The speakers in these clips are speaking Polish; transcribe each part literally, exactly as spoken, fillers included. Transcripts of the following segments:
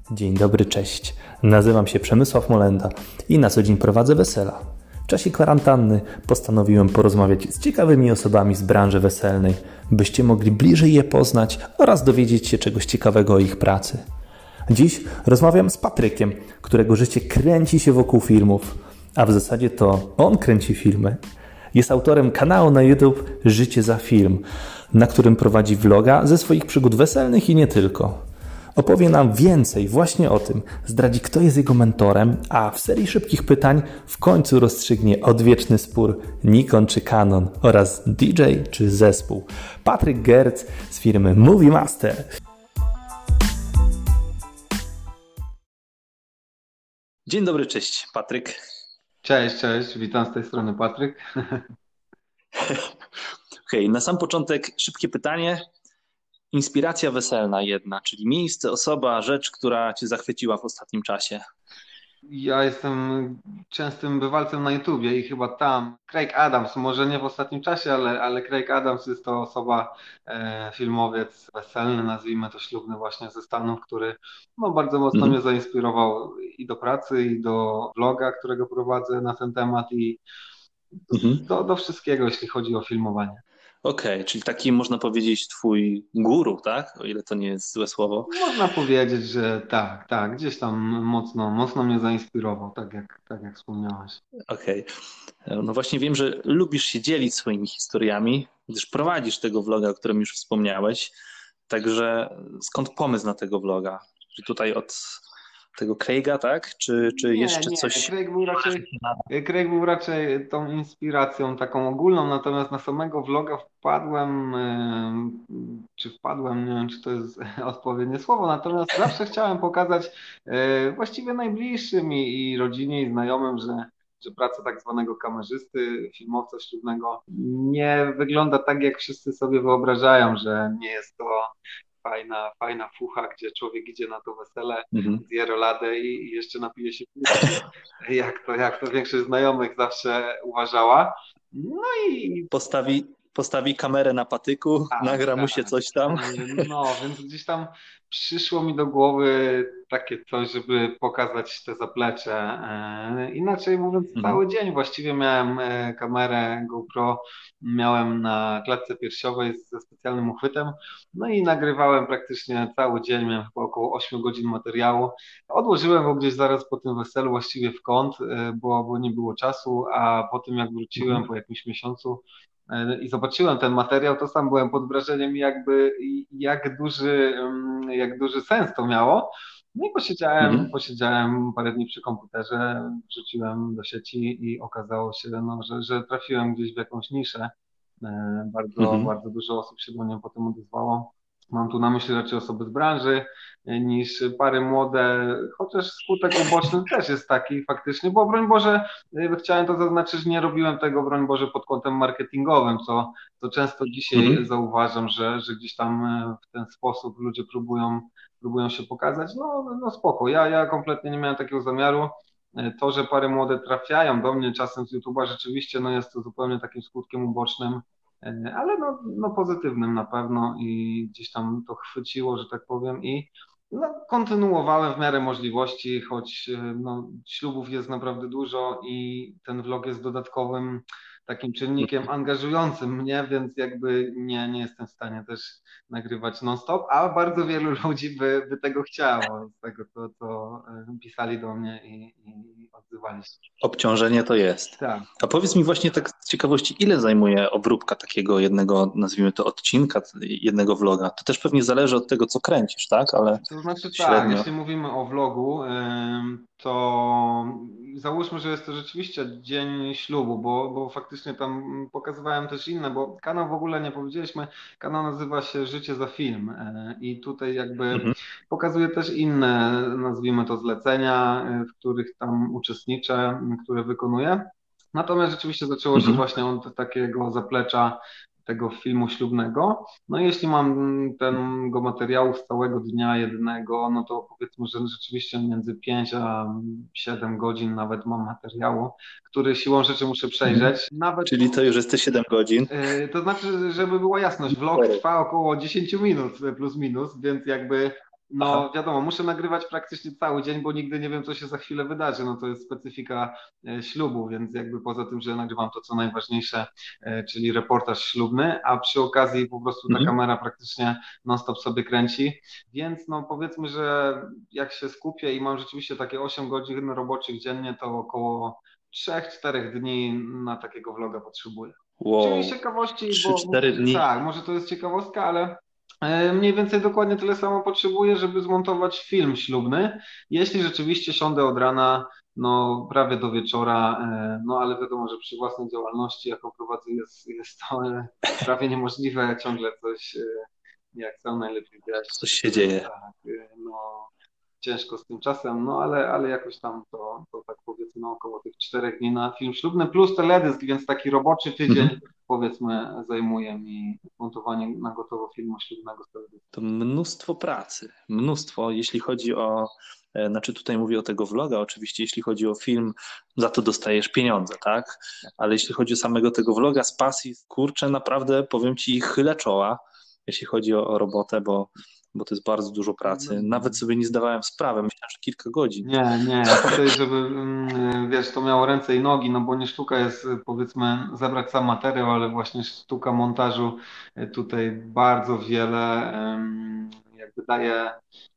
Dzień dobry, cześć. Nazywam się Przemysław Molenda i na co dzień prowadzę wesela. W czasie kwarantanny postanowiłem porozmawiać z ciekawymi osobami z branży weselnej, byście mogli bliżej je poznać oraz dowiedzieć się czegoś ciekawego o ich pracy. Dziś rozmawiam z Patrykiem, którego życie kręci się wokół filmów, a w zasadzie to on kręci filmy. Jest autorem kanału na YouTube Życie za film, na którym prowadzi vloga ze swoich przygód weselnych i nie tylko. Opowie nam więcej właśnie o tym, zdradzi kto jest jego mentorem, a w serii szybkich pytań w końcu rozstrzygnie odwieczny spór Nikon czy Canon oraz D J czy zespół. Patryk Gerc z firmy Movie Master. Dzień dobry, cześć Patryk. Cześć, cześć, witam z tej strony Patryk. Okej, okay, na sam początek szybkie pytanie. Inspiracja weselna jedna, czyli miejsce, osoba, rzecz, która cię zachwyciła w ostatnim czasie. Ja jestem częstym bywalcem na YouTubie i chyba tam Craig Adams, może nie w ostatnim czasie, ale, ale Craig Adams jest to osoba, e, filmowiec weselny, nazwijmy to ślubny właśnie ze Stanów, który no, bardzo mocno Mhm. mnie zainspirował i do pracy, i do vloga, którego prowadzę na ten temat i Mhm. do, do wszystkiego, jeśli chodzi o filmowanie. Okej, okay, czyli taki można powiedzieć twój guru, tak? O ile to nie jest złe słowo. Można powiedzieć, że tak, tak, gdzieś tam mocno, mocno mnie zainspirował, tak jak, tak jak wspomniałaś. Okej. Okay. No właśnie wiem, że lubisz się dzielić swoimi historiami, gdyż prowadzisz tego vloga, o którym już wspomniałeś. Także skąd pomysł na tego vloga? Czy tutaj od tego Craiga, tak? Czy, czy Nie, jeszcze nie, coś? Craig był raczej, Craig był raczej tą inspiracją taką ogólną, natomiast na samego vloga wpadłem, e, czy wpadłem, nie wiem, czy to jest odpowiednie słowo, natomiast zawsze chciałem pokazać e, właściwie najbliższym i, i rodzinie i znajomym, że, że praca tak zwanego kamerzysty, filmowca ślubnego nie wygląda tak, jak wszyscy sobie wyobrażają, że nie jest to fajna, fajna fucha, gdzie człowiek idzie na to wesele, Mhm. zje roladę i, i jeszcze napije się wódki, jak to, jak to większość znajomych zawsze uważała. No i Postawi, postawi kamerę na patyku, tak, nagra mu się tak. coś tam. No, więc gdzieś tam przyszło mi do głowy takie coś, żeby pokazać te zaplecze. E, Inaczej mówiąc, Mhm. cały dzień właściwie miałem e, kamerę GoPro, miałem na klatce piersiowej ze specjalnym uchwytem, no i nagrywałem praktycznie cały dzień, miałem chyba około osiem godzin materiału. Odłożyłem go gdzieś zaraz po tym weselu właściwie w kąt, e, bo, bo nie było czasu, a po tym jak wróciłem Mhm. po jakimś miesiącu, i zobaczyłem ten materiał, to sam byłem pod wrażeniem, jakby jak duży, jak duży sens to miało. No i posiedziałem, Mhm. posiedziałem parę dni przy komputerze, wrzuciłem do sieci i okazało się, no, że, że trafiłem gdzieś w jakąś niszę. E, Bardzo, Mhm. bardzo dużo osób się do mnie potem odezwało. Mam tu na myśli raczej osoby z branży e, niż pary młode, chociaż skutek uboczny też jest taki faktycznie, bo broń Boże, e, chciałem to zaznaczyć, że nie robiłem tego broń Boże pod kątem marketingowym, co, co często dzisiaj Mhm. zauważam, że, że gdzieś tam e, w ten sposób ludzie próbują, próbują się pokazać. No, no spoko, ja, ja kompletnie nie miałem takiego zamiaru. E, To, że pary młode trafiają do mnie czasem z YouTube'a, rzeczywiście no jest to zupełnie takim skutkiem ubocznym, e, ale no, no pozytywnym na pewno i gdzieś tam to chwyciło, że tak powiem i no, kontynuowałem w miarę możliwości, choć e, no, ślubów jest naprawdę dużo i ten vlog jest dodatkowym takim czynnikiem angażującym mnie, więc jakby nie, nie jestem w stanie też nagrywać non-stop, a bardzo wielu ludzi by, by tego chciało, z tego co, co e, pisali do mnie i, i odzywali się. Obciążenie to jest. Tak. A powiedz mi właśnie tak z ciekawości, ile zajmuje obróbka takiego jednego, nazwijmy to odcinka, jednego vloga? To też pewnie zależy od tego, co kręcisz, tak? Ale To znaczy tak, średnio. jeśli mówimy o vlogu, ym, to załóżmy, że jest to rzeczywiście dzień ślubu, bo, bo faktycznie tam pokazywałem też inne, bo kanał w ogóle nie powiedzieliśmy, kanał nazywa się Życie za film y, i tutaj jakby Mhm. pokazuje też inne, nazwijmy to zlecenia, y, w których tam uczestniczę, y, które wykonuję. Natomiast rzeczywiście zaczęło się Mhm. właśnie od takiego zaplecza tego filmu ślubnego. No i jeśli mam tego materiału z całego dnia jednego, no to powiedzmy, że rzeczywiście między pięć a siedem godzin nawet mam materiału, który siłą rzeczy muszę przejrzeć. Nawet, Czyli to już jest te siedem godzin. yy, to znaczy, żeby była jasność, vlog trwa około dziesięć minut plus minus, więc jakby No wiadomo, muszę nagrywać praktycznie cały dzień, bo nigdy nie wiem, co się za chwilę wydarzy. No to jest specyfika e, ślubu, więc jakby poza tym, że nagrywam to, co najważniejsze, e, czyli reportaż ślubny, a przy okazji po prostu ta Mhm. kamera praktycznie non-stop sobie kręci. Więc no powiedzmy, że jak się skupię i mam rzeczywiście takie osiem godzin roboczych dziennie, to około trzech czterech dni na takiego vloga potrzebuję. Czyli z Wow, ciekawości, trzy bo cztery dni. tak, może to jest ciekawostka, ale e, mniej więcej dokładnie tyle samo potrzebuję, żeby zmontować film ślubny. Jeśli rzeczywiście siądę od rana, no prawie do wieczora, e, no ale wiadomo, że przy własnej działalności, jaką prowadzę, jest, jest to e, prawie niemożliwe, ciągle coś, e, jak sam najlepiej Coś wiesz, się dzieje. tak, e, no ciężko z tym czasem, no ale, ale jakoś tam to, to tak powiedzmy około tych czterech dni na film ślubny, plus teledysk, więc taki roboczy tydzień Mhm. powiedzmy zajmuje mi montowanie na gotowo filmu ślubnego z teledysku. To mnóstwo pracy, mnóstwo, jeśli chodzi o, e, znaczy tutaj mówię o tego vloga, oczywiście jeśli chodzi o film, za to dostajesz pieniądze, tak? Ale jeśli chodzi o samego tego vloga z pasji, kurczę, naprawdę powiem ci, chylę czoła, jeśli chodzi o, o robotę, bo, bo to jest bardzo dużo pracy. Nawet sobie nie zdawałem sprawy, myślałem, że kilka godzin. Nie, nie, tutaj żeby, mm, wiesz, to miało ręce i nogi, no bo nie sztuka jest, powiedzmy, zebrać sam materiał, ale właśnie sztuka montażu y, tutaj bardzo wiele em, jakby daje.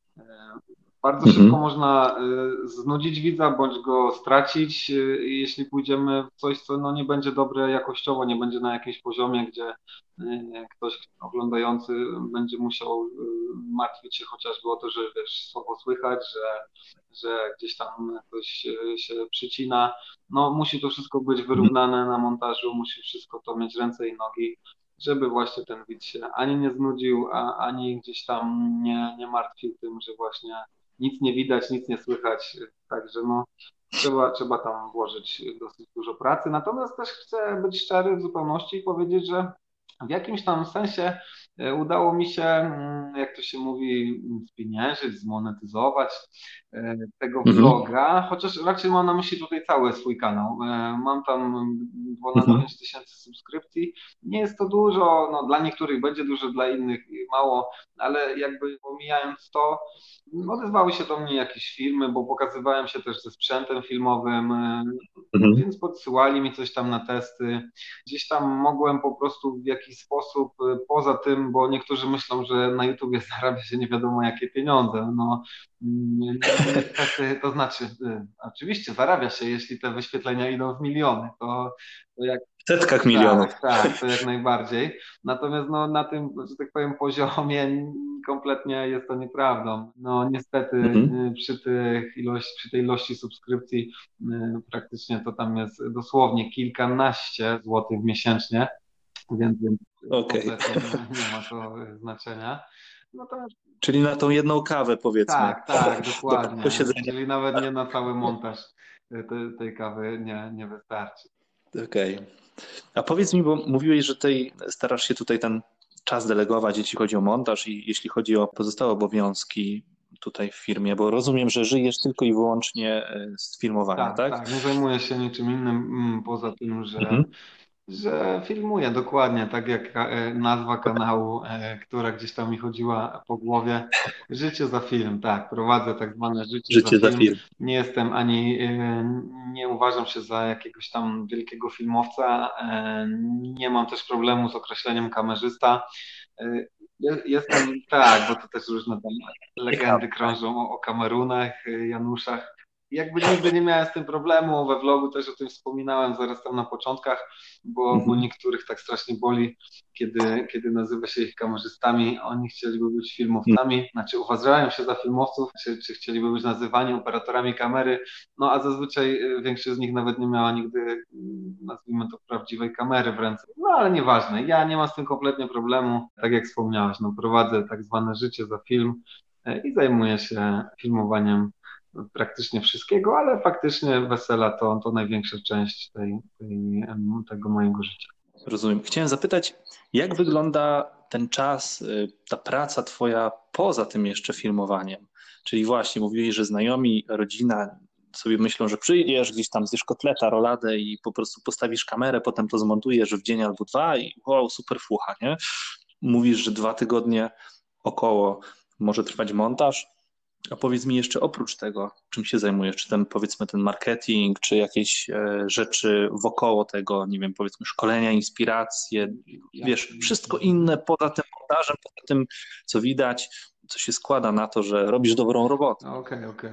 Bardzo szybko Mhm. można y, znudzić widza bądź go stracić, y, jeśli pójdziemy w coś, co no, nie będzie dobre jakościowo, nie będzie na jakimś poziomie, gdzie y, ktoś oglądający będzie musiał y, martwić się chociażby o to, że wiesz, słabo słychać, że, że gdzieś tam coś y, się przycina. No, musi to wszystko być Mhm. wyrównane na montażu, musi wszystko to mieć ręce i nogi, żeby właśnie ten widz się ani nie znudził, a, ani gdzieś tam nie, nie martwił tym, że właśnie nic nie widać, nic nie słychać, także no trzeba, trzeba tam włożyć dosyć dużo pracy. Natomiast też chcę być szczery w zupełności i powiedzieć, że w jakimś tam sensie e, udało mi się, mm, jak to się mówi, spieniężyć, zmonetyzować e, tego Mhm. vloga, chociaż raczej mam na myśli tutaj cały swój kanał. E, Mam tam ponad Mhm. pięć tysięcy subskrypcji. Nie jest to dużo, no dla niektórych będzie dużo, dla innych mało, ale jakby pomijając to, odezwały się do mnie jakieś firmy, bo pokazywałem się też ze sprzętem filmowym, e, Mhm. więc podsyłali mi coś tam na testy. Gdzieś tam mogłem po prostu w jakiś sposób, e, poza tym, bo niektórzy myślą, że na YouTubie zarabia się nie wiadomo jakie pieniądze. No ni- niestety, to znaczy, e, oczywiście zarabia się, jeśli te wyświetlenia idą w miliony, to, to jak W setkach milionów. tak, tak, to jak najbardziej. Natomiast no, na tym, że tak powiem, poziomie kompletnie jest to nieprawdą. No niestety Mhm. y, przy tych ilości, przy tej ilości subskrypcji y, praktycznie to tam jest dosłownie kilkanaście złotych miesięcznie, więc, więc Okej. kompletnie nie, nie ma to y, znaczenia. Natomiast Czyli na tą jedną kawę, powiedzmy, tak, tak, do dokładnie. posiedzenia. Czyli nawet nie na cały montaż y, te, tej kawy nie, nie wystarczy. Okej. A powiedz mi, bo mówiłeś, że tej starasz się tutaj ten czas delegować, jeśli chodzi o montaż i jeśli chodzi o pozostałe obowiązki tutaj w firmie, bo rozumiem, że żyjesz tylko i wyłącznie e, z filmowania, Tak, tak? tak. Nie zajmuję się niczym innym mm, poza tym, że, Mhm. że filmuję dokładnie, tak jak e, nazwa kanału, e, która gdzieś tam mi chodziła po głowie. Życie za film, tak. Prowadzę tak zwane życie za Życie za film. film. Nie jestem ani, e, nie uważam się za jakiegoś tam wielkiego filmowca. e, Nie mam też problemu z określeniem kamerzysta. E, je- Jestem, tak, bo to też różne tam Ciekawe. legendy krążą o, o Kamerunach, e, Januszach. Jakby nigdy nie miałem z tym problemu, we vlogu też o tym wspominałem zaraz tam na początkach, bo, bo Mhm. niektórych tak strasznie boli, kiedy, kiedy nazywa się ich kamerzystami, oni chcieliby być Mhm. filmowcami, znaczy uważają się za filmowców, czy, czy chcieliby być nazywani operatorami kamery, no a zazwyczaj y, większość z nich nawet nie miała nigdy, y, nazwijmy to, prawdziwej kamery w ręce. No ale nieważne, ja nie mam z tym kompletnie problemu, tak jak wspomniałeś, no prowadzę tak zwane życie za film y, i zajmuję się filmowaniem praktycznie wszystkiego, ale faktycznie wesela to, to największa część tej, tej, em, tego mojego życia. Rozumiem. Chciałem zapytać, jak wygląda ten czas, y, ta praca twoja poza tym jeszcze filmowaniem? Czyli właśnie mówiłeś, że znajomi, rodzina sobie myślą, że przyjdziesz, gdzieś tam zjesz kotleta, roladę i po prostu postawisz kamerę, potem to zmontujesz w dzień albo dwa i wow, super fucha, nie? Mówisz, że dwa tygodnie około może trwać montaż. A powiedz mi jeszcze oprócz tego, czym się zajmujesz, czy ten powiedzmy ten marketing, czy jakieś e, rzeczy wokoło tego, nie wiem, powiedzmy szkolenia, inspiracje, wiesz, wszystko inne poza tym montażem, poza tym, co widać, co się składa na to, że robisz dobrą robotę. Okej, okej.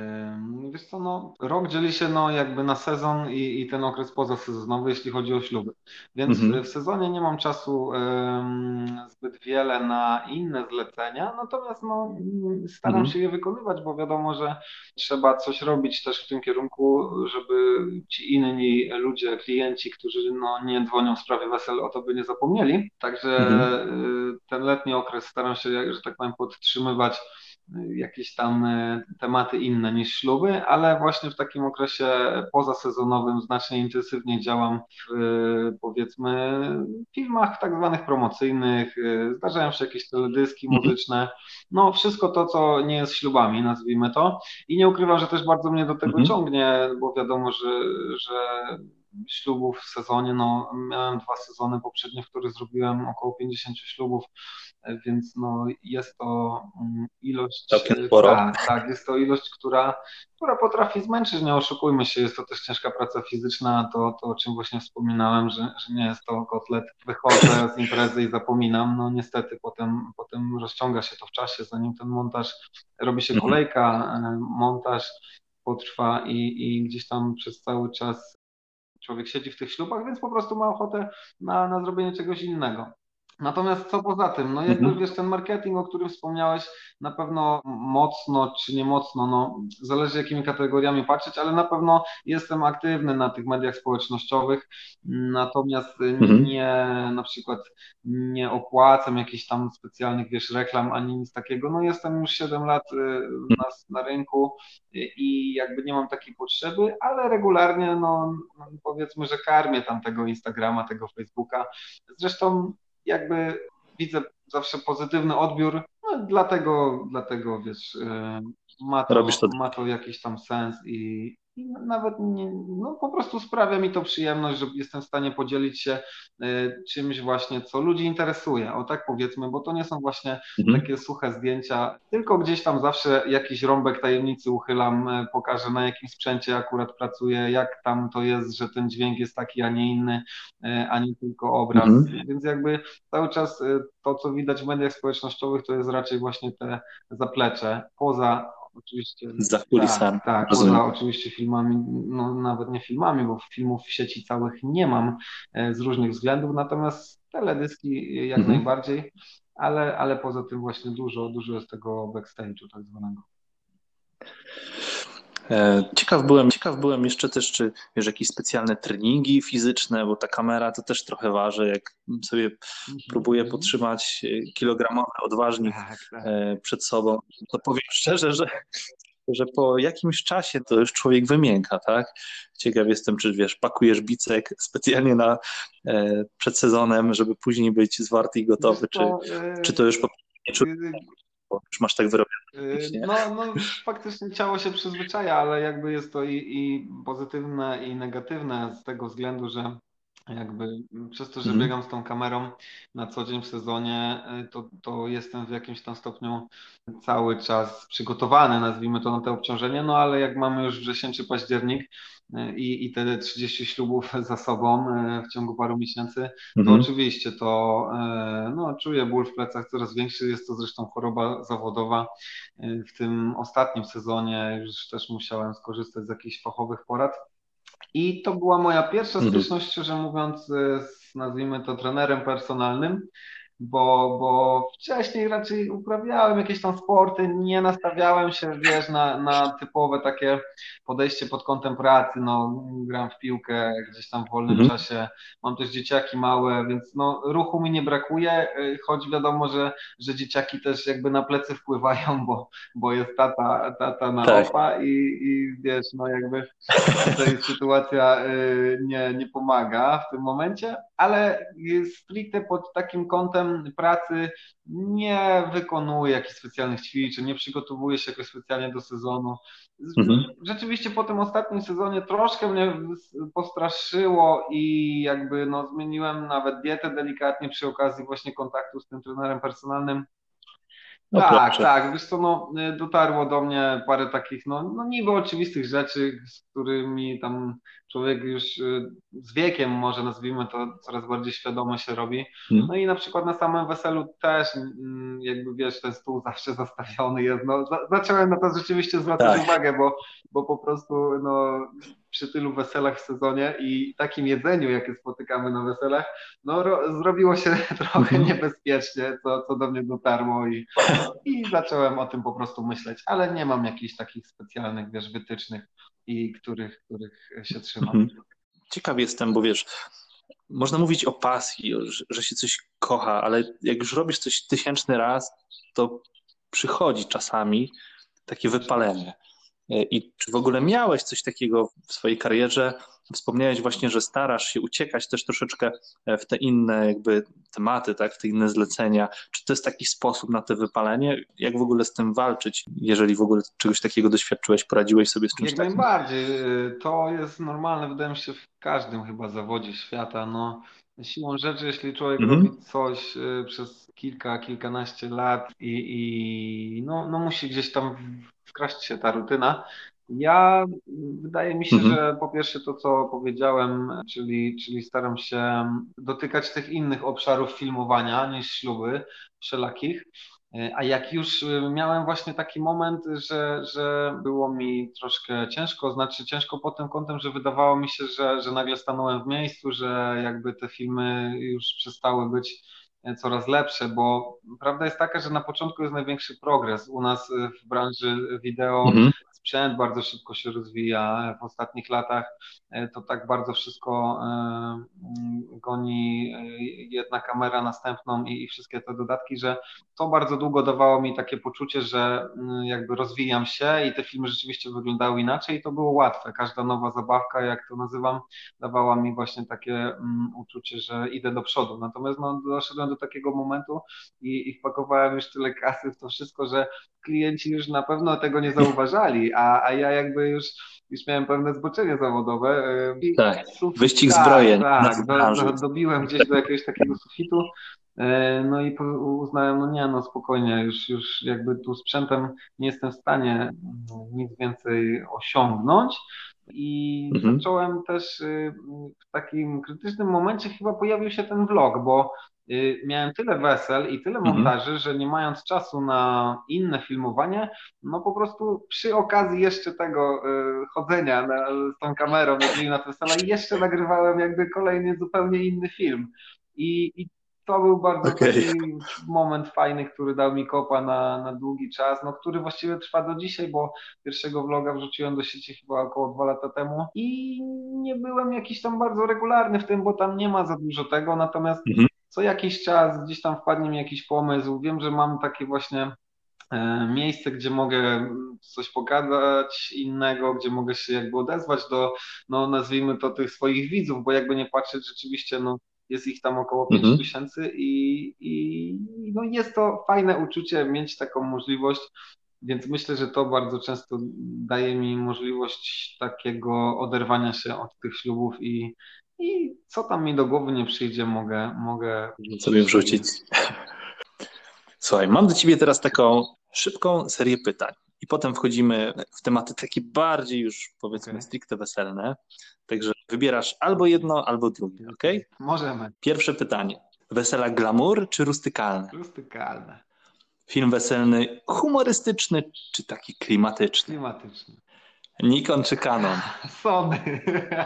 Em, Wiesz co, no, rok dzieli się no, jakby na sezon i, i ten okres pozasezonowy, jeśli chodzi o śluby. Więc Mhm, w sezonie nie mam czasu em, zbyt wiele na inne zlecenia, natomiast no, staram mhm, się je wykonywać, bo wiadomo, że trzeba coś robić też w tym kierunku, żeby ci inni ludzie, klienci, którzy no, nie dzwonią w sprawie wesel, o to by nie zapomnieli. Także mhm, y, ten letni okres staram się, jak- że tak powiem, podtrzymywać jakieś tam e, tematy inne niż śluby, ale właśnie w takim okresie pozasezonowym znacznie intensywniej działam w e, powiedzmy filmach tak zwanych promocyjnych, e, zdarzają się jakieś teledyski mhm, muzyczne, no wszystko to, co nie jest ślubami, nazwijmy to. I nie ukrywam, że też bardzo mnie do tego mhm, ciągnie, bo wiadomo, że, że ślubów w sezonie, no miałem dwa sezony poprzednie, w których zrobiłem około pięćdziesiąt ślubów, więc no jest to mm, ilość, całkiem y, sporo. tak, tak, jest to ilość, która, która potrafi zmęczyć, nie oszukujmy się, jest to też ciężka praca fizyczna, to, to o czym właśnie wspominałem, że, że nie jest to kotlet, wychodzę z imprezy i zapominam, no niestety potem, potem rozciąga się to w czasie, zanim ten montaż, robi się Mhm, kolejka, y, montaż potrwa i, i gdzieś tam przez cały czas człowiek siedzi w tych ślubach, więc po prostu ma ochotę na, na zrobienie czegoś innego. Natomiast co poza tym, no jakby mhm, wiesz, ten marketing, o którym wspomniałeś, na pewno mocno czy nie mocno, no zależy jakimi kategoriami patrzeć, ale na pewno jestem aktywny na tych mediach społecznościowych, natomiast mhm, nie, na przykład nie opłacam jakichś tam specjalnych, wiesz, reklam ani nic takiego. No jestem już siedem lat y, na, na rynku i jakby nie mam takiej potrzeby, ale regularnie, no powiedzmy, że karmię tam tego Instagrama, tego Facebooka. Zresztą jakby widzę zawsze pozytywny odbiór, no, dlatego, dlatego wiesz, y, ma robisz to, to. ma to jakiś tam sens i, i nawet nie, no po prostu sprawia mi to przyjemność, że jestem w stanie podzielić się y, czymś właśnie, co ludzi interesuje, o tak powiedzmy, bo to nie są właśnie Mhm, takie suche zdjęcia, tylko gdzieś tam zawsze jakiś rąbek tajemnicy uchylam, y, pokażę na jakim sprzęcie akurat pracuję, jak tam to jest, że ten dźwięk jest taki, a nie inny, y, a nie tylko obraz, mhm. więc jakby cały czas y, to, co widać w mediach społecznościowych, to jest raczej właśnie te zaplecze, poza oczywiście, Za tak, kulisami, tak, rozumiem. poza oczywiście filmami, no nawet nie filmami, bo filmów w sieci całych nie mam e, z różnych względów, natomiast teledyski jak Mhm. najbardziej, ale, ale poza tym właśnie dużo, dużo jest tego backstage'u tak zwanego. E, Ciekaw byłem, ciekaw byłem jeszcze też, czy wiesz, jakieś specjalne treningi fizyczne, bo ta kamera to też trochę waży, jak sobie Mhm, próbuję mhm. podtrzymać e, kilogramowy odważnik Tak, tak. e, przed sobą, to powiem szczerze, że, że po jakimś czasie to już człowiek wymięka, tak? Ciekaw jestem, czy wiesz, pakujesz bicek specjalnie na, e, przed sezonem, żeby później być zwarty i Wiesz gotowy, czy, co, czy e, to już po prostu nie czujesz, e, bo już masz tak wyrobione Y, mięśnie? No, no faktycznie ciało się przyzwyczaja, ale jakby jest to i, i pozytywne, i negatywne z tego względu, że jakby przez to, że Mhm. biegam z tą kamerą na co dzień w sezonie, y, to, to jestem w jakimś tam stopniu cały czas przygotowany, nazwijmy to, na te obciążenie, no ale jak mamy już wrzesień czy październik y, i, i te trzydzieści ślubów za sobą y, w ciągu paru miesięcy, to Mhm. oczywiście to y, no, czuję ból w plecach coraz większy, jest to zresztą choroba zawodowa. W tym ostatnim sezonie już też musiałem skorzystać z jakichś fachowych porad. I to była moja pierwsza Mhm. styczność, szczerze mówiąc, z, nazwijmy to, trenerem personalnym, bo, bo wcześniej raczej uprawiałem jakieś tam sporty, nie nastawiałem się, wiesz, na, na typowe takie podejście pod kątem pracy, no gram w piłkę gdzieś tam w wolnym Mhm. czasie, mam też dzieciaki małe, więc no ruchu mi nie brakuje, y, choć wiadomo, że, że dzieciaki też jakby na plecy wpływają, bo, bo jest tata, tata na Tak. opa i, i wiesz, no jakby tutaj sytuacja y, nie, nie pomaga w tym momencie, ale stricte pod takim kątem pracy nie wykonuję jakichś specjalnych ćwiczeń, nie przygotowuję się jakoś specjalnie do sezonu. Mhm. Rzeczywiście po tym ostatnim sezonie troszkę mnie postraszyło i jakby no, zmieniłem nawet dietę delikatnie przy okazji właśnie kontaktu z tym trenerem personalnym No Tak, proszę. tak, wiesz co, no, y, dotarło do mnie parę takich, no, no niby oczywistych rzeczy, z którymi tam człowiek już y, z wiekiem, może nazwijmy to, coraz bardziej świadomo się robi. No Hmm? i na przykład na samym weselu też, mm, jakby wiesz, ten stół zawsze zastawiony jest. No, za, zacząłem na to rzeczywiście zwracać Tak. uwagę, bo, bo po prostu no, przy tylu weselach w sezonie i takim jedzeniu, jakie spotykamy na weselach, no ro, zrobiło się trochę Mhm. niebezpiecznie, co, co do mnie dotarło i i zacząłem o tym po prostu myśleć, ale nie mam jakichś takich specjalnych, wiesz, wytycznych i których, których się trzymam. Mhm. Ciekaw jestem, bo wiesz, można mówić o pasji, o- że, że się coś kocha, ale jak już robisz coś tysięczny raz, to przychodzi czasami takie wypalenie. E, I czy w ogóle miałeś coś takiego w swojej karierze? Wspomniałeś właśnie, że starasz się uciekać też troszeczkę e, w te inne jakby tematy, tak, w te inne zlecenia. Czy to jest taki sposób na te wypalenie? Jak w ogóle z tym walczyć, jeżeli w ogóle czegoś takiego doświadczyłeś, poradziłeś sobie z czymś Jak takim? najbardziej. y, To jest normalne, wydaje mi się, w każdym chyba zawodzie świata. No, siłą rzeczy, jeśli człowiek robi Mhm. coś y, przez kilka, kilkanaście lat i, i no, no musi gdzieś tam wkraść się ta rutyna. Ja wydaje mi się, Mhm. że po pierwsze to, co powiedziałem, czyli, czyli staram się dotykać tych innych obszarów filmowania niż śluby wszelakich. A jak już y, miałem właśnie taki moment, że, że było mi troszkę ciężko, znaczy ciężko pod tym kątem, że wydawało mi się, że, że nagle stanąłem w miejscu, że jakby te filmy już przestały być e, coraz lepsze, bo prawda jest taka, że na początku jest największy progres. U nas y, w branży wideo Mhm. sprzęt bardzo szybko się rozwija. W ostatnich latach e, to tak bardzo wszystko e, mm, goni e, jedna kamera następną i, i wszystkie te dodatki, że to bardzo długo dawało mi takie poczucie, że mm, jakby rozwijam się i te filmy rzeczywiście wyglądały inaczej i to było łatwe. Każda nowa zabawka, jak to nazywam, dawała mi właśnie takie mm, uczucie, że idę do przodu. Natomiast no, doszedłem do takiego momentu i, i wpakowałem już tyle kasy w to wszystko, że klienci już na pewno tego nie zauważali, a, a ja jakby już, już miałem pewne zboczenie zawodowe. y, I Tak. sufit, Wyścig tak, zbrojeń u nas tak, w do, branży. do, dobiłem gdzieś do jakiegoś takiego sufitu. E, No i po- uznałem, no nie, no spokojnie, już, już jakby tu sprzętem nie jestem w stanie mm, nic więcej osiągnąć. I Mhm. zacząłem też y, w takim krytycznym momencie chyba pojawił się ten vlog, bo y, miałem tyle wesel i tyle Mhm. montaży, że nie mając czasu na inne filmowanie, no po prostu przy okazji jeszcze tego y, chodzenia na, z tą kamerą, jeżeli na te wesela, jeszcze nagrywałem jakby kolejny zupełnie inny film. I, i to był bardzo Okej. taki moment fajny, który dał mi kopa na, na długi czas, no, który właściwie trwa do dzisiaj, bo pierwszego vloga wrzuciłem do sieci chyba około dwa lata temu i nie byłem jakiś tam bardzo regularny w tym, bo tam nie ma za dużo tego, natomiast Mhm. co jakiś czas gdzieś tam wpadnie mi jakiś pomysł. Wiem, że mam takie właśnie e, miejsce, gdzie mogę coś pokazać innego, gdzie mogę się jakby odezwać do, no nazwijmy to, tych swoich widzów, bo jakby nie patrzeć, rzeczywiście, no jest ich tam około pięć Mhm. tysięcy i, i no jest to fajne uczucie mieć taką możliwość, więc myślę, że to bardzo często daje mi możliwość takiego oderwania się od tych ślubów i, i co tam mi do głowy nie przyjdzie, mogę, mogę Sobie wrzucić sobie. wrzucić. Słuchaj, mam do ciebie teraz taką szybką serię pytań i potem wchodzimy w tematy takie bardziej już powiedzmy Okay. stricte weselne. Także wybierasz albo jedno, albo drugie, ok? Możemy. Pierwsze pytanie. Wesela glamour czy rustykalne? Rustykalne, Film weselny humorystyczny czy taki klimatyczny? klimatyczne. Nikon czy Canon? Sony.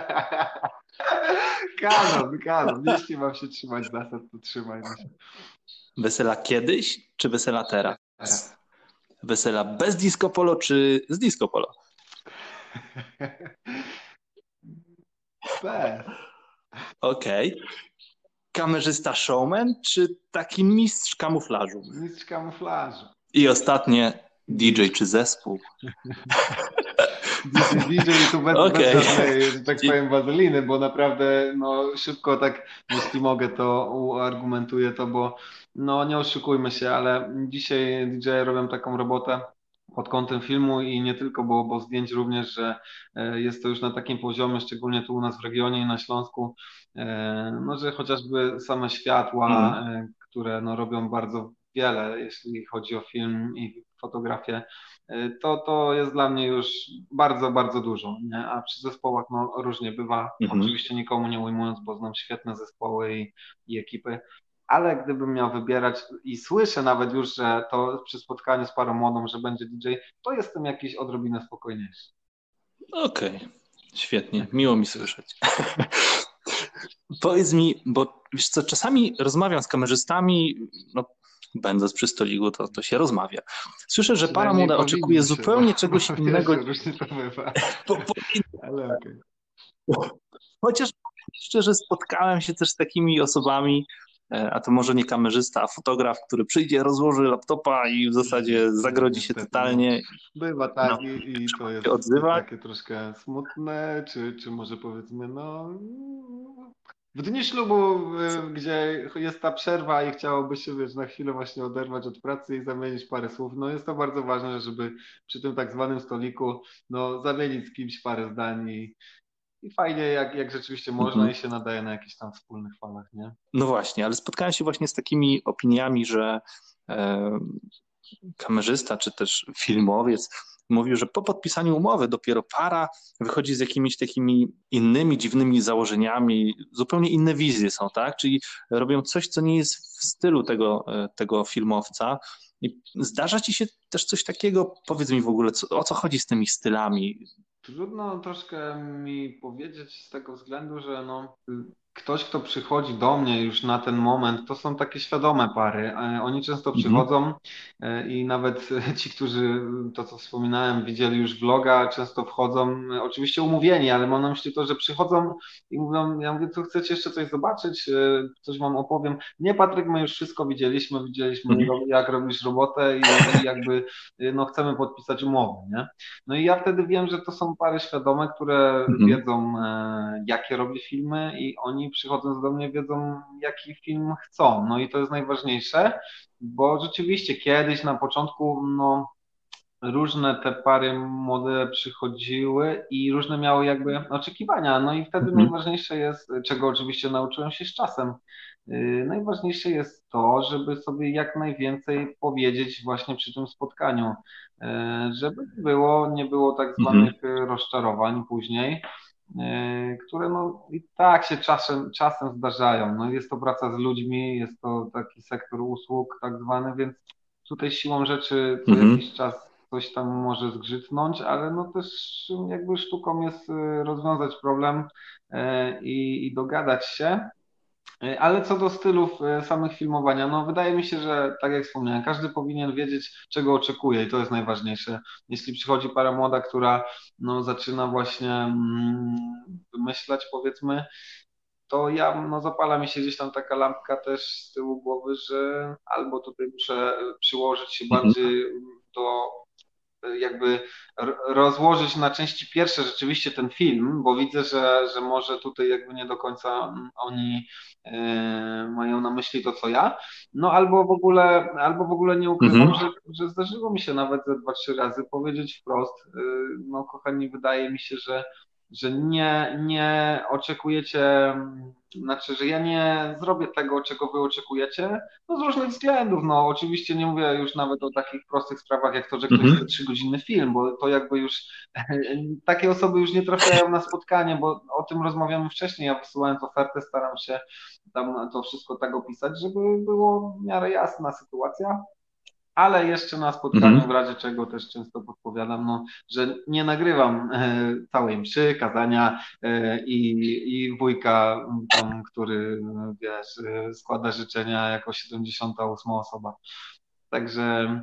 Kanon, kanon. Jeśli mam się trzymać zasad, to trzymajmy się. Wesela kiedyś czy wesela teraz? Teraz. Wesela bez disco polo czy z disco polo? Bez. Okej. Kamerzysta showman czy taki mistrz kamuflażu? Mistrz kamuflażu. I ostatnie D J czy zespół? D J, D J tu bez, Okej. bez żadnej, że tak I- powiem, wazeliny, bo naprawdę no, szybko tak, jeśli mogę, to uargumentuję to, bo no nie oszukujmy się, ale dzisiaj D J robią taką robotę pod kątem filmu i nie tylko, bo, bo zdjęć również, że e, jest to już na takim poziomie, szczególnie tu u nas w regionie i na Śląsku, e, no że chociażby same światła, Mhm. e, które no, robią bardzo wiele, jeśli chodzi o film i fotografię, to, to jest dla mnie już bardzo, bardzo dużo, nie? A przy zespołach no, różnie bywa, Mhm. oczywiście nikomu nie ujmując, bo znam świetne zespoły i, i ekipy, ale gdybym miał wybierać i słyszę nawet już, że to przy spotkaniu z parą młodą, że będzie D J, to jestem jakiś odrobinę spokojniejszy. Okej, okay. Świetnie, miło mi słyszeć. Powiedz mi, bo wiesz co, czasami rozmawiam z kamerzystami, no będąc przy stoliku, to, to się rozmawia. Słyszę, że para młoda oczekuje się, zupełnie bo, czegoś bo innego. Różnie to bywa. Po, po, ale okej. Okay. Chociaż szczerze spotkałem się też z takimi osobami, a to może nie kamerzysta, a fotograf, który przyjdzie, rozłoży laptopa i w zasadzie zagrodzi się totalnie. Bywa tak no, i, i to jest odzywać. Takie troszkę smutne, czy, czy może powiedzmy, no w dniu ślubu, gdzie jest ta przerwa i chciałoby się, wiesz, na chwilę właśnie oderwać od pracy i zamienić parę słów, no jest to bardzo ważne, żeby przy tym tak zwanym stoliku, no zamienić z kimś parę zdań i, i fajnie, jak, jak rzeczywiście można mhm. i się nadaje na jakichś tam wspólnych falach, nie? No właśnie, ale spotkałem się właśnie z takimi opiniami, że e, kamerzysta czy też filmowiec mówił, że po podpisaniu umowy dopiero para wychodzi z jakimiś takimi innymi, dziwnymi założeniami, zupełnie inne wizje są, tak? Czyli robią coś, co nie jest w stylu tego, tego filmowca. I zdarza ci się też coś takiego? Powiedz mi w ogóle, co, o co chodzi z tymi stylami? Trudno troszkę mi powiedzieć z tego względu, że no, ktoś, kto przychodzi do mnie już na ten moment, to są takie świadome pary. Oni często przychodzą mhm. i nawet ci, którzy, to co wspominałem, widzieli już vloga, często wchodzą, oczywiście umówieni, ale mam na myśli to, że przychodzą i mówią, ja mówię, co chcecie jeszcze coś zobaczyć, coś wam opowiem. Nie, Patryk, my już wszystko widzieliśmy, widzieliśmy mhm. jak robisz robotę i, i jakby no, chcemy podpisać umowę, nie? No i ja wtedy wiem, że to są pary świadome, które mhm. wiedzą, jakie robię filmy i oni przychodząc do mnie wiedzą, jaki film chcą. No i to jest najważniejsze, bo rzeczywiście kiedyś na początku no, różne te pary młode przychodziły i różne miały jakby oczekiwania. No i wtedy mhm. najważniejsze jest, czego oczywiście nauczyłem się z czasem, yy, najważniejsze jest to, żeby sobie jak najwięcej powiedzieć właśnie przy tym spotkaniu, yy, żeby nie było, nie było tak zwanych mhm. rozczarowań później, które no i tak się czasem, czasem zdarzają. No jest to praca z ludźmi, jest to taki sektor usług tak zwany, więc tutaj siłą rzeczy co mhm. jakiś czas coś tam może zgrzytnąć, ale no też jakby sztuką jest rozwiązać problem i, i dogadać się. Ale co do stylów samych filmowania, no wydaje mi się, że tak jak wspomniałem, każdy powinien wiedzieć, czego oczekuje i to jest najważniejsze. Jeśli przychodzi para młoda, która no, zaczyna właśnie mm, wymyślać, powiedzmy, to ja, no zapala mi się gdzieś tam taka lampka też z tyłu głowy, że albo tutaj muszę przyłożyć się bardziej do jakby rozłożyć na części pierwsze rzeczywiście ten film, bo widzę, że, że może tutaj jakby nie do końca oni yy, mają na myśli to, co ja, no albo w ogóle, albo w ogóle nie ukrywam, mhm. że, że zdarzyło mi się nawet ze dwa, trzy razy powiedzieć wprost, yy, no kochani, wydaje mi się, że że nie, nie oczekujecie, znaczy, że ja nie zrobię tego, czego wy oczekujecie, no z różnych względów, no oczywiście nie mówię już nawet o takich prostych sprawach, jak to, że ktoś chce trzygodzinny film, bo to jakby już, takie osoby już nie trafiają na spotkanie, bo o tym rozmawiamy wcześniej, ja wysyłając ofertę staram się tam to wszystko tak opisać, żeby było w miarę jasna sytuacja. Ale jeszcze na spotkaniu, mhm. w razie czego też często podpowiadam, no, że nie nagrywam e, całej mszy, kazania e, i, i wujka, tam, który wiesz, e, składa życzenia jako siedemdziesiąta ósma osoba. Także...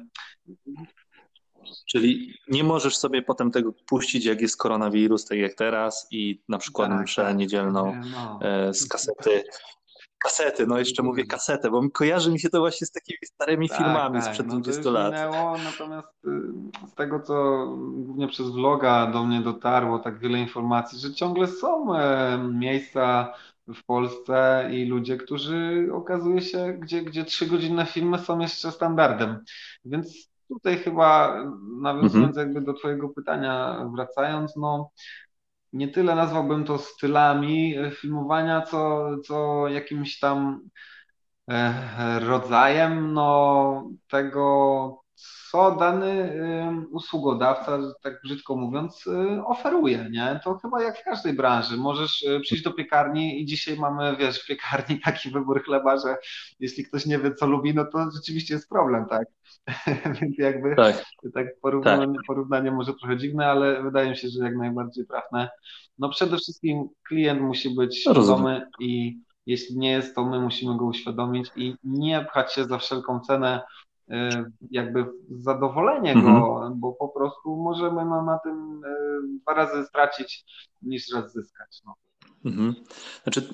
Czyli nie możesz sobie potem tego puścić, jak jest koronawirus, tak jak teraz i na przykład tak, mszę tak, niedzielną no. e, z kasety. Kasety, no jeszcze mówię kasetę, bo kojarzy mi się to właśnie z takimi starymi tak, filmami tak, sprzed dwudziestu lat. Minęło, natomiast z tego, co głównie przez vloga do mnie dotarło, tak wiele informacji, że ciągle są miejsca w Polsce i ludzie, którzy okazuje się, gdzie, gdzie trzygodzinne filmy są jeszcze standardem. Więc tutaj chyba nawiązując mhm. jakby do twojego pytania, wracając, no nie tyle nazwałbym to stylami filmowania, co, co jakimś tam e, rodzajem no, tego, co dany y, usługodawca, że tak brzydko mówiąc, y, oferuje, nie? To chyba jak w każdej branży. Możesz y, przyjść do piekarni i dzisiaj mamy, wiesz, w piekarni taki wybór chleba, że jeśli ktoś nie wie, co lubi, no to rzeczywiście jest problem, tak? Więc jakby Tak, tak tak, porównanie, porównanie może trochę dziwne, ale wydaje mi się, że jak najbardziej trafne. No przede wszystkim klient musi być rozumiem. świadomy i jeśli nie jest, to my musimy go uświadomić i nie pchać się za wszelką cenę, y, jakby w zadowolenie Mhm, go, bo po prostu możemy no, na tym y, dwa razy stracić niż raz zyskać. No. mhm. Znaczy,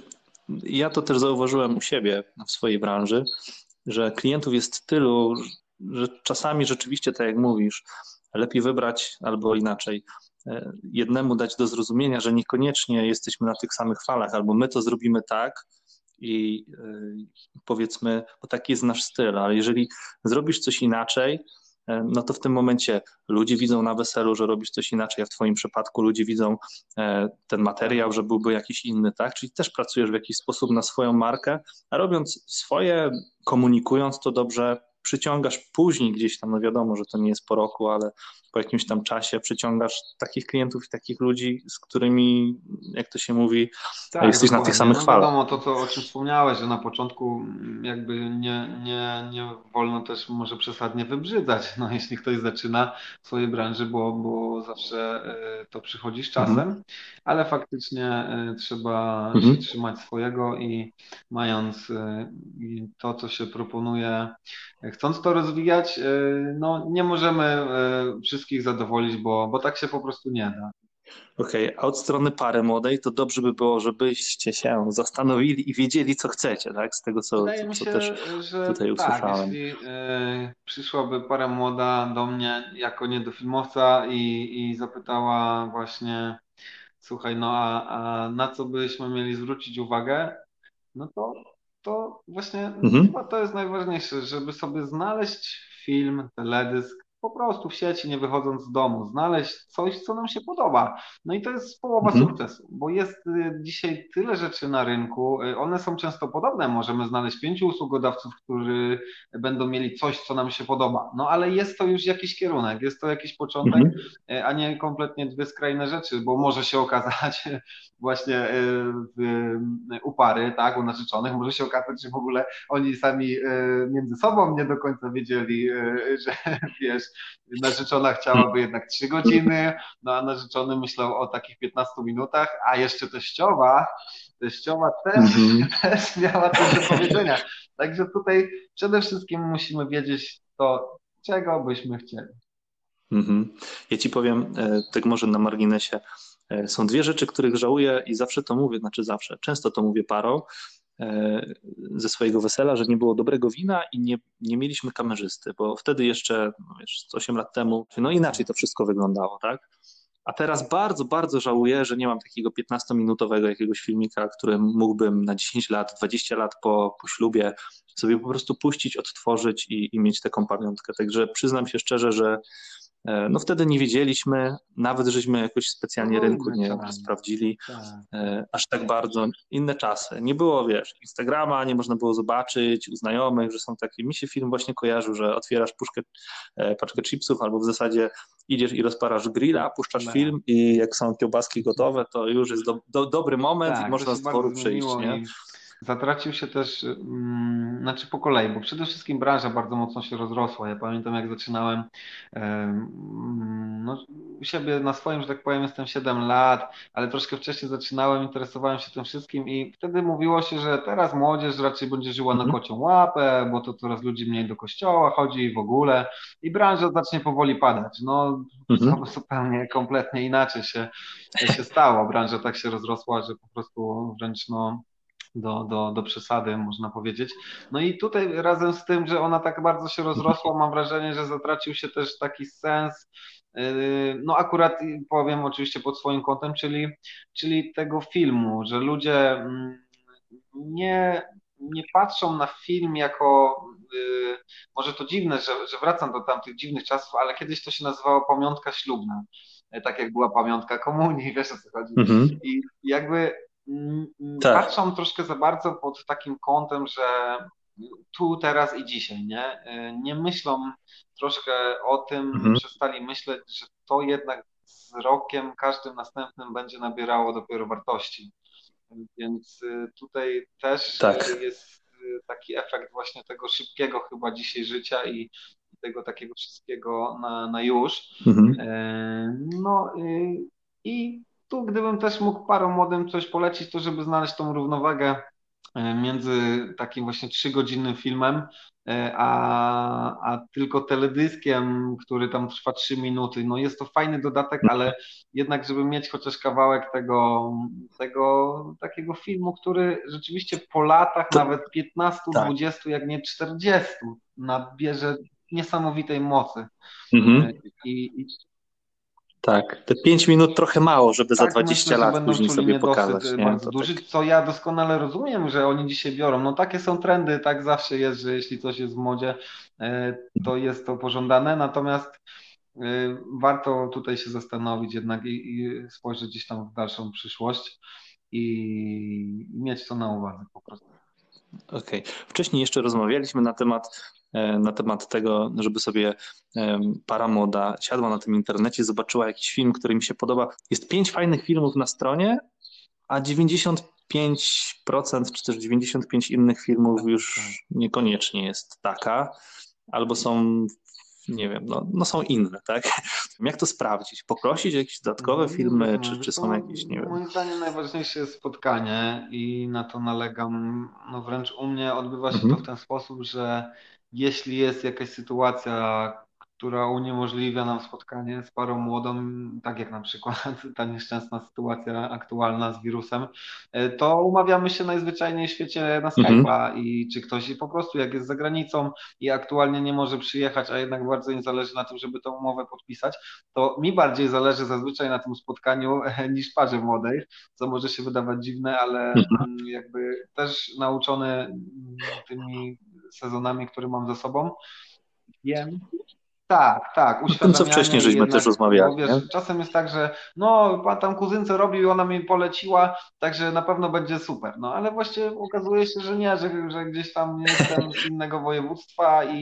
ja to też zauważyłem u siebie w swojej branży, że klientów jest tylu, że czasami rzeczywiście, tak jak mówisz, lepiej wybrać albo inaczej. e, Jednemu dać do zrozumienia, że niekoniecznie jesteśmy na tych samych falach, albo my to zrobimy tak i e, powiedzmy, bo taki jest nasz styl, ale jeżeli zrobisz coś inaczej, e, no to w tym momencie ludzie widzą na weselu, że robisz coś inaczej, a w twoim przypadku ludzie widzą e, ten materiał, że byłby jakiś inny, tak? Czyli też pracujesz w jakiś sposób na swoją markę, a robiąc swoje, komunikując to dobrze, przyciągasz później gdzieś tam, no wiadomo, że to nie jest po roku, ale po jakimś tam czasie przyciągasz takich klientów i takich ludzi, z którymi, jak to się mówi, Tak, jesteś na tych dokładnie. samych No falach. wiadomo, to co, o czym wspomniałeś, że na początku mm, jakby nie, nie, nie wolno też może przesadnie wybrzydzać, no jeśli ktoś zaczyna w swojej branży, bo, bo zawsze e, to przychodzi z Mhm, czasem, ale faktycznie e, trzeba się mhm, trzymać swojego i mając e, i to, co się proponuje, e, chcąc to rozwijać, e, no nie możemy e, wszystkich zadowolić, bo, bo tak się po prostu nie da. okej, a od strony pary młodej to dobrze by było, żebyście się zastanowili i wiedzieli, co chcecie, tak? Z tego, co, Wydaje co, mi co się, też że tutaj tak, usłyszałem. jeśli e, przyszłaby para młoda do mnie jako niedofilmowca i, i zapytała właśnie, słuchaj, no a, a na co byśmy mieli zwrócić uwagę, no to, to właśnie Mhm, chyba to jest najważniejsze, żeby sobie znaleźć film, teledysk, po prostu w sieci, nie wychodząc z domu, znaleźć coś, co nam się podoba. No i to jest połowa mhm, sukcesu, bo jest y, dzisiaj tyle rzeczy na rynku, y, one są często podobne, możemy znaleźć pięciu usługodawców, którzy będą mieli coś, co nam się podoba, no ale jest to już jakiś kierunek, jest to jakiś początek, mhm, y, a nie kompletnie dwie skrajne rzeczy, bo może się okazać właśnie y, w, u pary, tak, u narzeczonych, może się okazać, że w ogóle oni sami y, między sobą nie do końca wiedzieli, y, że wiesz, narzeczona chciałaby jednak trzy godziny, no a narzeczony myślał o takich piętnastu minutach, a jeszcze teściowa, teściowa też, mhm. też miała coś do powiedzenia. Także tutaj przede wszystkim musimy wiedzieć to, czego byśmy chcieli. Mhm. Ja ci powiem, e, tak może na marginesie, e, są dwie rzeczy, których żałuję i zawsze to mówię, znaczy zawsze, często to mówię parom e, ze swojego wesela, że nie było dobrego wina i nie, nie mieliśmy kamerzysty, bo wtedy jeszcze, no wiesz, z osiem lat temu, no inaczej to wszystko wyglądało, tak? A teraz bardzo, bardzo żałuję, że nie mam takiego piętnastominutowego jakiegoś filmika, który mógłbym na dziesięć lat, dwadzieścia lat po, po ślubie sobie po prostu puścić, odtworzyć i, i mieć taką pamiątkę. Także przyznam się szczerze, że E, no wtedy nie wiedzieliśmy, nawet żeśmy jakoś specjalnie rynku Trudny nie, nie czas. sprawdzili Tak. e, aż tak bardzo. Inne czasy. Nie było, wiesz, Instagrama, nie można było zobaczyć u znajomych, że są takie. Mi się film właśnie kojarzył, że otwierasz puszkę, e, paczkę chipsów albo w zasadzie idziesz i rozparasz grilla, puszczasz Tak. film i jak są kiełbaski gotowe, to już jest do, do, dobry moment i Tak, to można się z bardzo dworu przyjść, zmieniło nie? i zatracił się też, mm, znaczy po kolei, bo przede wszystkim branża bardzo mocno się rozrosła. Ja pamiętam, jak zaczynałem, em, no, u siebie na swoim, że tak powiem, jestem siedem lat, ale troszkę wcześniej zaczynałem, interesowałem się tym wszystkim i wtedy mówiło się, że teraz młodzież raczej będzie żyła na Mhm, kocią łapę, bo to coraz ludzi mniej do kościoła chodzi i w ogóle i branża zacznie powoli padać. No, mhm, to zupełnie, kompletnie inaczej się się stało. Branża tak się rozrosła, że po prostu wręcz no, do, do, do przesady, można powiedzieć. No i tutaj razem z tym, że ona tak bardzo się rozrosła, mam wrażenie, że zatracił się też taki sens. Yy, No akurat powiem oczywiście pod swoim kątem, czyli, czyli tego filmu, że ludzie mm, nie, nie patrzą na film jako, yy, może to dziwne, że, że wracam do tamtych dziwnych czasów, ale kiedyś to się nazywało pamiątka ślubna, Yy, tak jak była pamiątka komunii, wiesz o co chodzi. mhm. I jakby mm, mm, Tak. patrzą troszkę za bardzo pod takim kątem, że tu, teraz i dzisiaj, nie? Nie myślą troszkę o tym, Mhm. przestali myśleć, że to jednak z rokiem każdym następnym będzie nabierało dopiero wartości. Więc y, tutaj też y, Tak. jest y, taki efekt właśnie tego szybkiego chyba dzisiaj życia i tego takiego wszystkiego na, na już. Mhm. E, No y, i tu gdybym też mógł parom młodym coś polecić, to żeby znaleźć tą równowagę e, między takim właśnie trzygodzinnym filmem, e, a, a tylko teledyskiem, który tam trwa trzy minuty. No jest to fajny dodatek, ale jednak, żeby mieć chociaż kawałek tego, tego takiego filmu, który rzeczywiście po latach, To, nawet piętnastu, tak. dwudziestu, jak nie czterdziestu, nabierze niesamowitej mocy. E, Mhm. I, i Tak. Te pięć minut trochę mało, żeby za tak myślę, dwadzieścia że lat będą później czuli sobie niedosyt pokazać, e, nie? bardzo To tak. duży, co ja doskonale rozumiem, że oni dzisiaj biorą. No takie są trendy, tak zawsze jest, że jeśli coś jest w modzie, e, to jest to pożądane, natomiast e, warto tutaj się zastanowić jednak i, i spojrzeć gdzieś tam w dalszą przyszłość i mieć to na uwadze po prostu. Okej. Wcześniej jeszcze rozmawialiśmy na temat, e, na temat tego, żeby sobie em, para młoda siadła na tym internecie, zobaczyła jakiś film, który mi się podoba. Jest pięć fajnych filmów na stronie, a dziewięćdziesiąt pięć procent czy też dziewięćdziesiąt pięć innych filmów Tak, tak. już niekoniecznie jest taka, albo są, nie wiem, no, no są inne, tak? Jak to sprawdzić? Poprosić o jakieś dodatkowe No filmy, czy, rozumiem. czy Wiesz są co, jakieś, nie wiem. moim zdaniem najważniejsze jest spotkanie i na to nalegam. No wręcz u mnie odbywa się to w Mhm. ten sposób, że jeśli jest jakaś sytuacja, która uniemożliwia nam spotkanie z parą młodą, tak jak na przykład ta nieszczęsna sytuacja aktualna z wirusem, e, to umawiamy się najzwyczajniej w świecie na Mhm. Skype'a i czy ktoś po prostu jak jest za granicą i aktualnie nie może przyjechać, a jednak bardzo im zależy na tym, żeby tę umowę podpisać, to mi bardziej zależy zazwyczaj na tym spotkaniu niż parze młodej, co może się wydawać dziwne, ale Mhm. mm, jakby też nauczony mm, tymi sezonami, które mam za sobą, wiem. Tak, tak, O tym, co wcześniej uświadamianie i żeśmy też jednak, bo rozmawiali, nie? wiesz, czasem jest tak, że no, pan tam kuzynce robił i ona mi poleciła, także na pewno będzie super, no ale właściwie okazuje się, że nie, że, że gdzieś tam jestem z innego województwa i,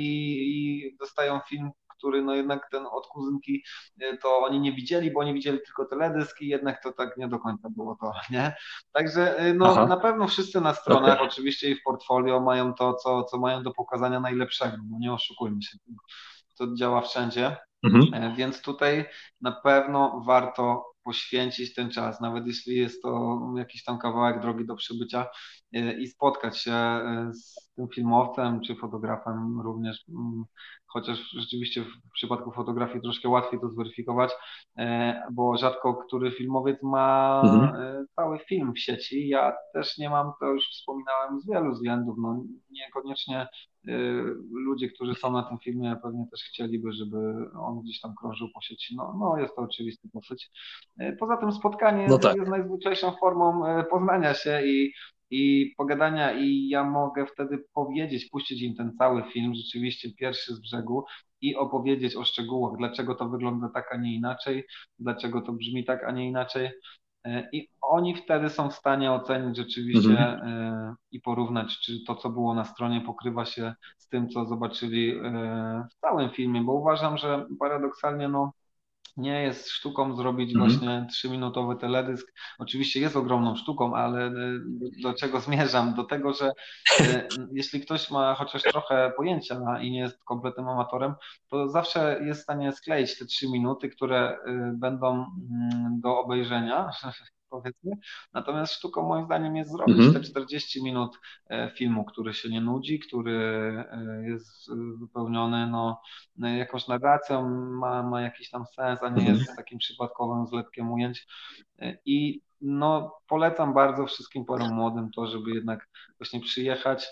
i dostają film, który no jednak ten od kuzynki y, to oni nie widzieli, bo oni widzieli tylko teledysk i jednak to tak nie do końca było to, nie? Także y, no Aha, na pewno wszyscy na stronach, okej. oczywiście i w portfolio mają to, co, co mają do pokazania najlepszego, no nie oszukujmy się, to działa wszędzie. Mhm. E, Więc tutaj na pewno warto poświęcić ten czas, nawet jeśli jest to jakiś tam kawałek drogi do przebycia e, i spotkać się e, z tym filmowcem czy fotografem również, mm, chociaż rzeczywiście w przypadku fotografii troszkę łatwiej to zweryfikować, e, bo rzadko który filmowiec ma Mhm. e, cały film w sieci. Ja też nie mam, to już wspominałem z wielu względów, no niekoniecznie y, ludzie, którzy są na tym filmie, pewnie też chcieliby, żeby on gdzieś tam krążył po sieci. No, no jest to oczywiste dosyć. Y, Poza tym spotkanie No jest, tak. jest najzwyklejszą formą y, poznania się i, i pogadania i ja mogę wtedy powiedzieć, puścić im ten cały film, rzeczywiście pierwszy z brzegu i opowiedzieć o szczegółach, dlaczego to wygląda tak, a nie inaczej, dlaczego to brzmi tak, a nie inaczej. E, I oni wtedy są w stanie ocenić rzeczywiście Mhm. e, i porównać, czy to, co było na stronie, pokrywa się z tym, co zobaczyli e, w całym filmie, bo uważam, że paradoksalnie no, nie jest sztuką zrobić Mhm. właśnie trzyminutowy teledysk. Oczywiście jest ogromną sztuką, ale e, do, do czego zmierzam? Do tego, że e, jeśli ktoś ma chociaż trochę pojęcia i nie jest kompletnym amatorem, to zawsze jest w stanie skleić te trzy minuty, które e, będą mm, do obejrzenia, powiedzmy. Natomiast sztuką moim zdaniem jest zrobić te Mhm. czterdzieści minut e, filmu, który się nie nudzi, który e, jest e, wypełniony no, no, jakąś narracją, ma, ma jakiś tam sens, a nie Mhm. jest takim przypadkowym zlepkiem ujęć. E, I no, polecam bardzo wszystkim parom młodym to, żeby jednak właśnie przyjechać,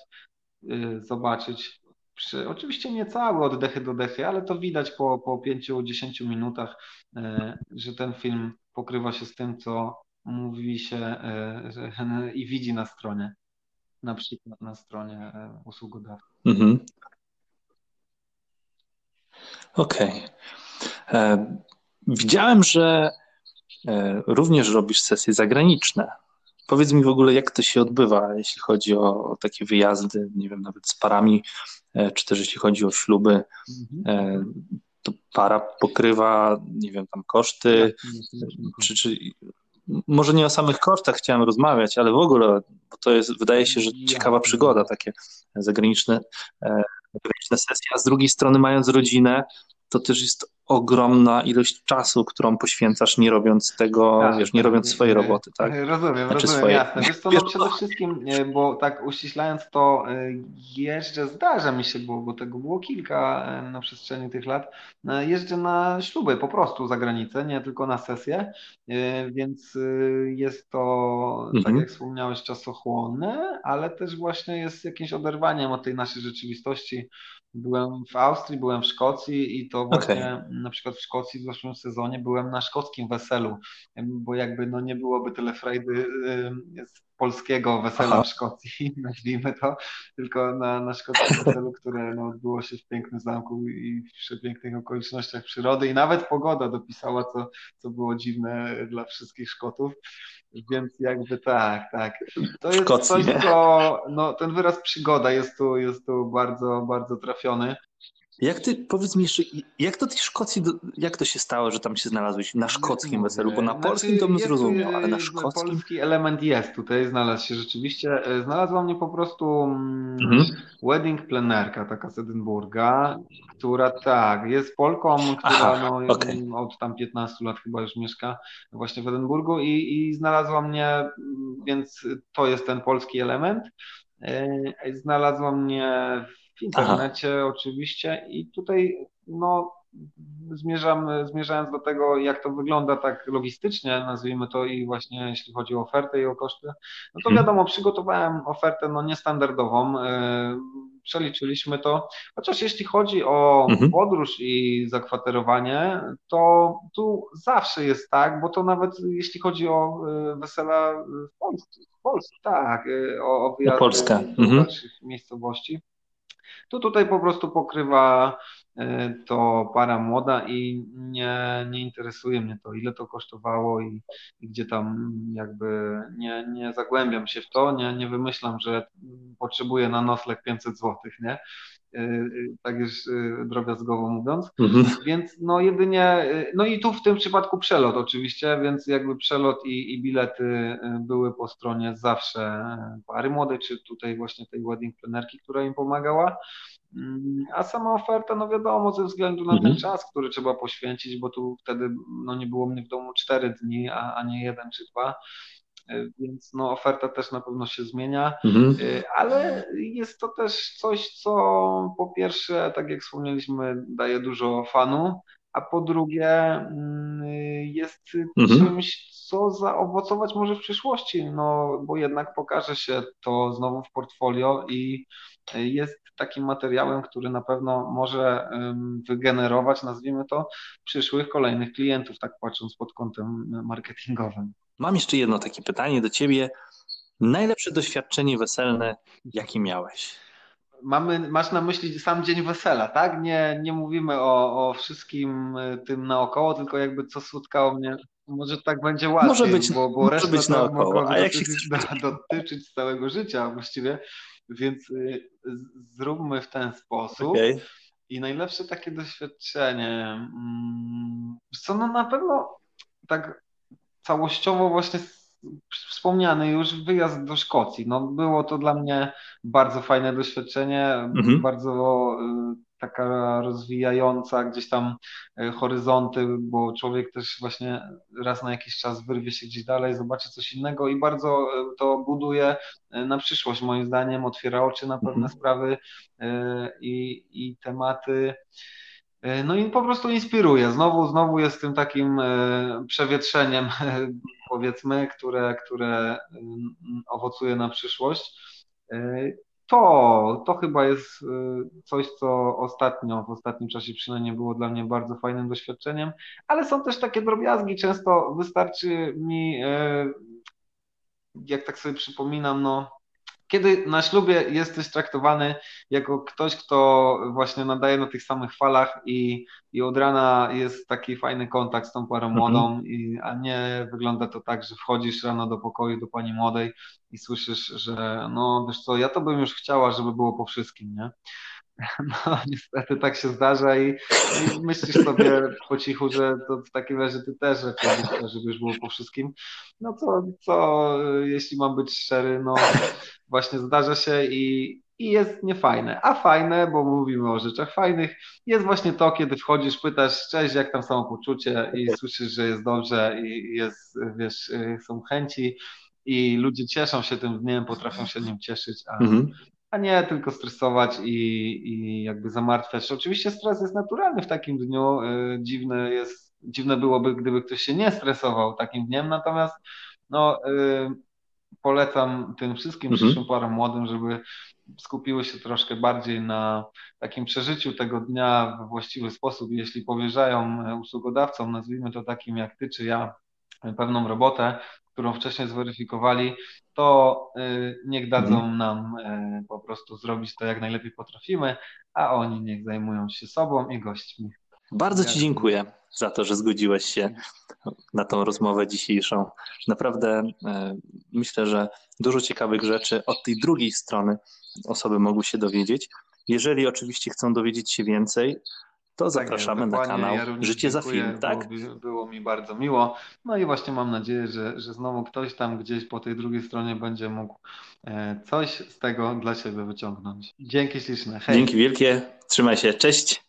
y, zobaczyć. Przy, oczywiście nie cały od dechy do dechy, ale to widać po, po pięciu dziesięciu minutach, y, że ten film pokrywa się z tym, co mówi się y, że, i widzi na stronie, na przykład na stronie y, usługodawcy. Mhm. Okej. E, Widziałem, że e, również robisz sesje zagraniczne. Powiedz mi w ogóle, jak to się odbywa, jeśli chodzi o, o takie wyjazdy, nie wiem, nawet z parami, e, czy też jeśli chodzi o śluby, Mhm, e, mhm. to para pokrywa, nie wiem, tam koszty, Jasne, jasne, jasne. czy, czy może nie o samych kosztach chciałem rozmawiać, ale w ogóle, bo to jest, wydaje się, że ciekawa Jasne, przygoda, jasne. takie zagraniczne, e, zagraniczne sesje, a z drugiej strony mając rodzinę, to też jest ogromna ilość czasu, którą poświęcasz, nie robiąc tego, Tak, wiesz, nie tak. robiąc swojej roboty, tak? e, Rozumiem, Znaczy rozumiem, swojej, jasne. Wiesz co, no wiesz, przede wszystkim, e, bo tak uściślając to, e, jeżdżę, zdarza mi się, bo, bo tego było kilka e, na przestrzeni tych lat, e, jeżdżę na śluby po prostu za granicę, nie tylko na sesje, e, więc e, jest to, tak jak mhm. wspomniałeś, czasochłonne, ale też właśnie jest jakimś oderwaniem od tej naszej rzeczywistości. Byłem w Austrii, byłem w Szkocji i to Okej. właśnie na przykład w Szkocji w zeszłym sezonie byłem na szkockim weselu, bo jakby no nie byłoby tyle frajdy y, z polskiego wesela Aha. w Szkocji, nazwijmy to, tylko na, na szkockim weselu, które no, odbyło się w pięknym zamku i w przepięknych okolicznościach przyrody i nawet pogoda dopisała, co, co było dziwne dla wszystkich Szkotów. Więc jakby tak, tak. To W jest Szkocji, coś, nie? co, no ten wyraz przygoda jest tu, jest tu bardzo, bardzo trafiony. Jak ty, powiedz mi jeszcze, jak do tej Szkocji, do, jak to się stało, że tam się znalazłeś na Już ci szkockim weselu? Bo mówię. na Znaczy polskim to bym jest tu zrozumiał, ale na y, szkockim? polski element jest tutaj, znalazł się rzeczywiście. Y, Znalazła mnie po prostu mm, Mhm. wedding plenerka, taka z Edynburga, która tak, jest Polką, która Aha, no, okej. mm, od tam piętnastu lat chyba już mieszka właśnie w Edynburgu i, i znalazła mnie, mm, więc to jest ten polski element. Y, Znalazła mnie w Aha. internecie oczywiście i tutaj no zmierzam, zmierzając do tego, jak to wygląda tak logistycznie, nazwijmy to i właśnie jeśli chodzi o ofertę i o koszty, no to Mhm. wiadomo, przygotowałem ofertę no niestandardową, e, przeliczyliśmy to, chociaż jeśli chodzi o Mhm. podróż i zakwaterowanie, to tu zawsze jest tak, bo to nawet jeśli chodzi o e, wesela w Polsce, w Polsce tak, e, o, o Na wyjazdy Polskę. do Mhm. dalszych miejscowości, to tutaj po prostu pokrywa e, to para młoda i nie, nie interesuje mnie to, ile to kosztowało i, i gdzie tam jakby nie, nie zagłębiam się w to, nie, nie wymyślam, że potrzebuję na nocleg pięćset złotych, nie? E, e, Tak już e, drobiazgowo mówiąc. Mhm. Więc no jedynie, e, no i tu w tym przypadku przelot oczywiście, więc jakby przelot i, i bilety e, były po stronie zawsze e, pary młodej, czy tutaj właśnie tej wedding planerki, która im pomagała. Mm, A sama oferta, no wiadomo, ze względu na ten Mhm. czas, który trzeba poświęcić, bo tu wtedy no nie było mnie w domu cztery dni, a, a nie jeden czy dwa, E, więc no oferta też na pewno się zmienia, Mhm. E, ale jest to też coś, co po pierwsze, tak jak wspomnieliśmy, daje dużo fanu, a po drugie mm, jest Mhm. czymś, co zaowocować może w przyszłości, no bo jednak pokaże się to znowu w portfolio i jest takim materiałem, który na pewno może ym, wygenerować, nazwijmy to, przyszłych kolejnych klientów, tak patrząc pod kątem marketingowym. Mam jeszcze jedno takie pytanie do ciebie. Najlepsze doświadczenie weselne, jakie miałeś? Mamy, masz na myśli sam dzień wesela, tak? Nie, nie mówimy o, o wszystkim y, tym naokoło, tylko jakby co spotkało mnie. Może tak będzie Może łatwiej, być, bo, bo może reszta być to naokoło, mogłaby a jak się dotyczyć, chcesz do, podzielić? dotyczyć całego życia właściwie. Więc y, z- zróbmy w ten sposób. Okej. I najlepsze takie doświadczenie. Mm, wiesz co, no na pewno tak całościowo właśnie s- wspomniany już wyjazd do Szkocji. No, było to dla mnie bardzo fajne doświadczenie, Mhm. bardzo y, taka rozwijająca gdzieś tam y, horyzonty, bo człowiek też właśnie raz na jakiś czas wyrwie się gdzieś dalej, zobaczy coś innego i bardzo y, to buduje y, na przyszłość moim zdaniem, otwiera oczy na pewne Mhm. sprawy y, i, i tematy. E, No i po prostu inspiruje. Znowu, znowu jest tym takim e, przewietrzeniem, powiedzmy, które, które mm, owocuje na przyszłość. E, To, to chyba jest e, coś, co ostatnio, w ostatnim czasie przynajmniej było dla mnie bardzo fajnym doświadczeniem, ale są też takie drobiazgi. Często wystarczy mi, e, jak tak sobie przypominam, no kiedy na ślubie jesteś traktowany jako ktoś, kto właśnie nadaje na tych samych falach i, i od rana jest taki fajny kontakt z tą parą młodą, Mhm. i, a nie wygląda to tak, że wchodzisz rano do pokoju do pani młodej i słyszysz, że no wiesz co, ja to bym już chciała, żeby było po wszystkim, nie? No niestety tak się zdarza i, no i myślisz sobie po cichu, że to w takim razie ty też raczej byś chciał, żeby już było po wszystkim. No co, co, jeśli mam być szczery, no właśnie zdarza się i, i jest niefajne. A fajne, bo mówimy o rzeczach fajnych, jest właśnie to, kiedy wchodzisz, pytasz, cześć, jak tam samopoczucie i słyszysz, że jest dobrze i jest, wiesz, są chęci i ludzie cieszą się tym dniem, potrafią się nim cieszyć, a Mhm. a nie tylko stresować i, i jakby zamartwiać. Oczywiście stres jest naturalny w takim dniu. y, Dziwne jest, dziwne byłoby, gdyby ktoś się nie stresował takim dniem, natomiast no, y, polecam tym wszystkim przyszłym Mhm. parom młodym, żeby skupiły się troszkę bardziej na takim przeżyciu tego dnia we właściwy sposób. Jeśli powierzają e, usługodawcom, nazwijmy to takim jak ty czy ja, e, pewną robotę, którą wcześniej zweryfikowali, to y, niech Mhm. dadzą nam y, po prostu zrobić to jak najlepiej potrafimy, a oni niech zajmują się sobą i gośćmi. Bardzo Ci Jak to jest? dziękuję za to, że zgodziłeś się na tą rozmowę dzisiejszą. Naprawdę e, myślę, że dużo ciekawych rzeczy od tej drugiej strony osoby mogły się dowiedzieć. Jeżeli oczywiście chcą dowiedzieć się więcej, to Tak jest, zapraszamy na dokładnie. kanał Ja również Życie za film, dziękuję. Było, tak? było mi bardzo miło. No i właśnie mam nadzieję, że, że znowu ktoś tam gdzieś po tej drugiej stronie będzie mógł e, coś z tego dla siebie wyciągnąć. Dzięki śliczne. Dzięki Hej. wielkie, trzymaj się, cześć!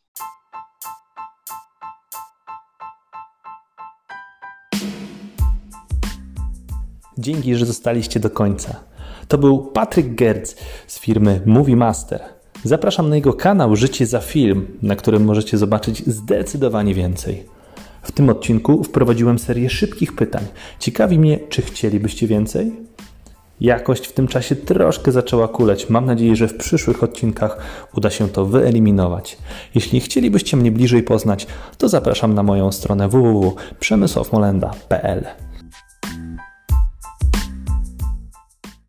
Dzięki, że zostaliście do końca. To był Patryk Gerc z firmy Movie Master. Zapraszam na jego kanał Życie za film, na którym możecie zobaczyć zdecydowanie więcej. W tym odcinku wprowadziłem serię szybkich pytań. Ciekawi mnie, czy chcielibyście więcej? Jakość w tym czasie troszkę zaczęła kuleć. Mam nadzieję, że w przyszłych odcinkach uda się to wyeliminować. Jeśli chcielibyście mnie bliżej poznać, to zapraszam na moją stronę w w w kropka przemysław molenda kropka p l.